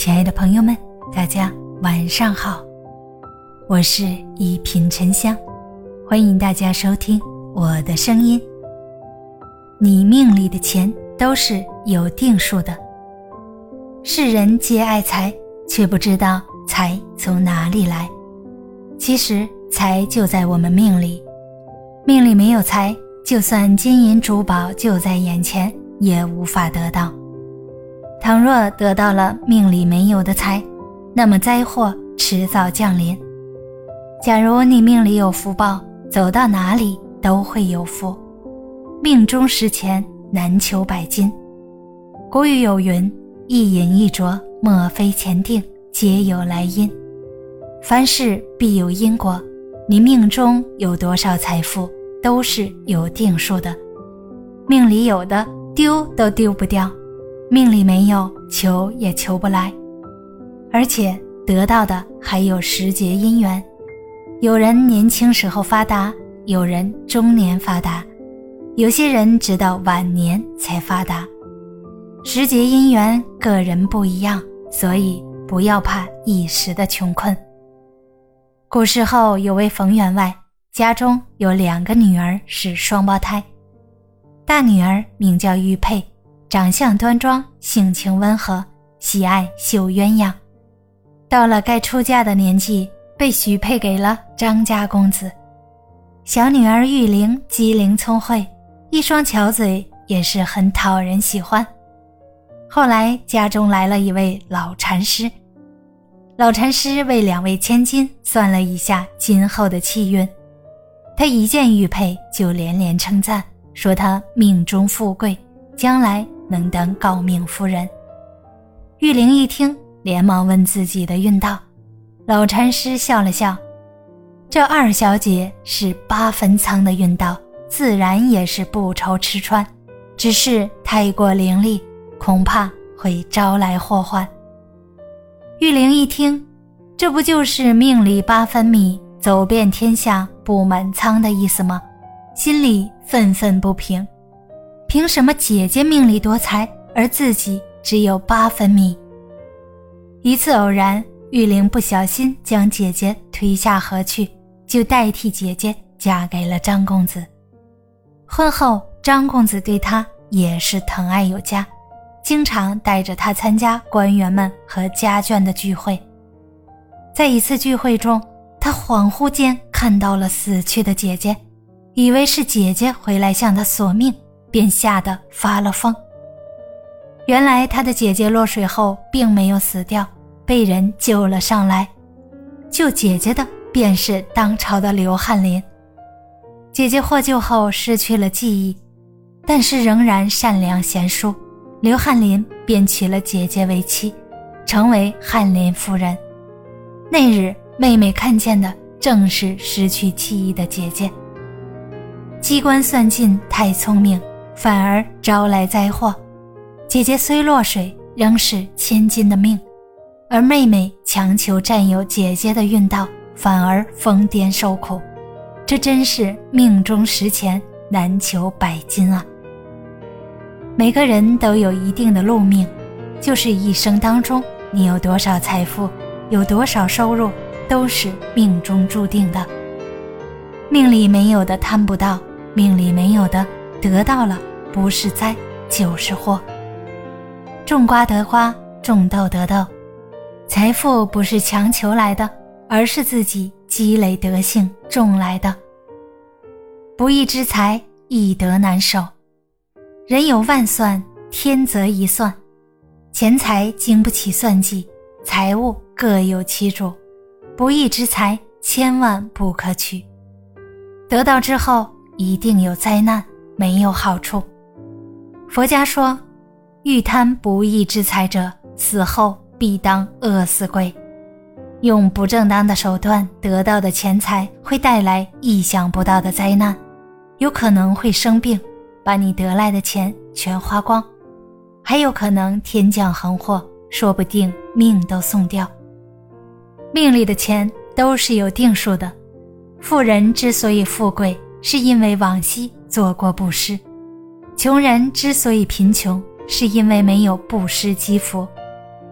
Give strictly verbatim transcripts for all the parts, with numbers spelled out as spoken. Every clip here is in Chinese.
亲爱的朋友们，大家晚上好，我是一品沉香，欢迎大家收听我的声音。你命里的钱都是有定数的，世人皆爱财，却不知道财从哪里来。其实财就在我们命里，命里没有财，就算金银珠宝就在眼前，也无法得到。倘若得到了命里没有的财，那么灾祸迟早降临。假如你命里有福报，走到哪里都会有福。命中实钱，难求百金。古语有云，一饮一啄，莫非前定，皆有来因。凡事必有因果，你命中有多少财富，都是有定数的。命里有的，丢都丢不掉，命里没有，求也求不来。而且得到的还有时节因缘，有人年轻时候发达，有人中年发达，有些人直到晚年才发达。时节因缘个人不一样，所以不要怕一时的穷困。古时候有位冯员外，家中有两个女儿是双胞胎。大女儿名叫玉佩，长相端庄，性情温和，喜爱绣鸳鸯。到了该出嫁的年纪，被许配给了张家公子。小女儿玉玲机灵聪慧，一双巧嘴，也是很讨人喜欢。后来家中来了一位老禅师，老禅师为两位千金算了一下今后的气运。他一见玉佩就连连称赞，说她命中富贵，将来能当诰命夫人。玉玲一听，连忙问自己的运道。老禅师笑了笑，这二小姐是八分仓的运道，自然也是不愁吃穿，只是太过伶俐，恐怕会招来祸患。玉玲一听，这不就是命里八分米，走遍天下不满仓的意思吗？心里愤愤不平，凭什么姐姐命里多财，而自己只有八分米？一次偶然，玉玲不小心将姐姐推下河去，就代替姐姐嫁给了张公子。婚后，张公子对她也是疼爱有加，经常带着她参加官员们和家眷的聚会。在一次聚会中，他恍惚间看到了死去的姐姐，以为是姐姐回来向他索命，便吓得发了疯。原来他的姐姐落水后并没有死掉，被人救了上来。救姐姐的便是当朝的刘翰林。姐姐获救后失去了记忆，但是仍然善良贤淑，刘翰林便娶了姐姐为妻，成为翰林夫人。那日妹妹看见的正是失去记忆的姐姐。机关算尽太聪明，反而招来灾祸。姐姐虽落水，仍是千金的命，而妹妹强求占有姐姐的运道，反而疯癫受苦。这真是命中实钱，难求百金啊！每个人都有一定的路命，就是一生当中你有多少财富，有多少收入，都是命中注定的。命里没有的贪不到，命里没有的得到了，不是灾就是祸。种瓜得瓜，种豆得豆。财富不是强求来的，而是自己积累德性种来的。不义之财，易得难守。人有万算，天择一算。钱财经不起算计，财物各有其主，不义之财千万不可取。得到之后一定有灾难，没有好处。佛家说，欲贪不义之财者，死后必当饿死鬼。用不正当的手段得到的钱财会带来意想不到的灾难，有可能会生病，把你得来的钱全花光，还有可能天降横祸，说不定命都送掉。命里的钱都是有定数的，富人之所以富贵，是因为往昔做过布施，穷人之所以贫穷，是因为没有布施积福。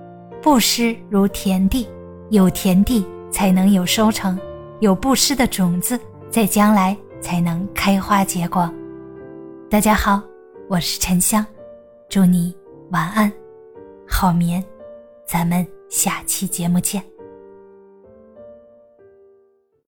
布施如田地，有田地才能有收成，有布施的种子，在将来才能开花结果。大家好，我是沉香，祝你晚安好眠，咱们下期节目见。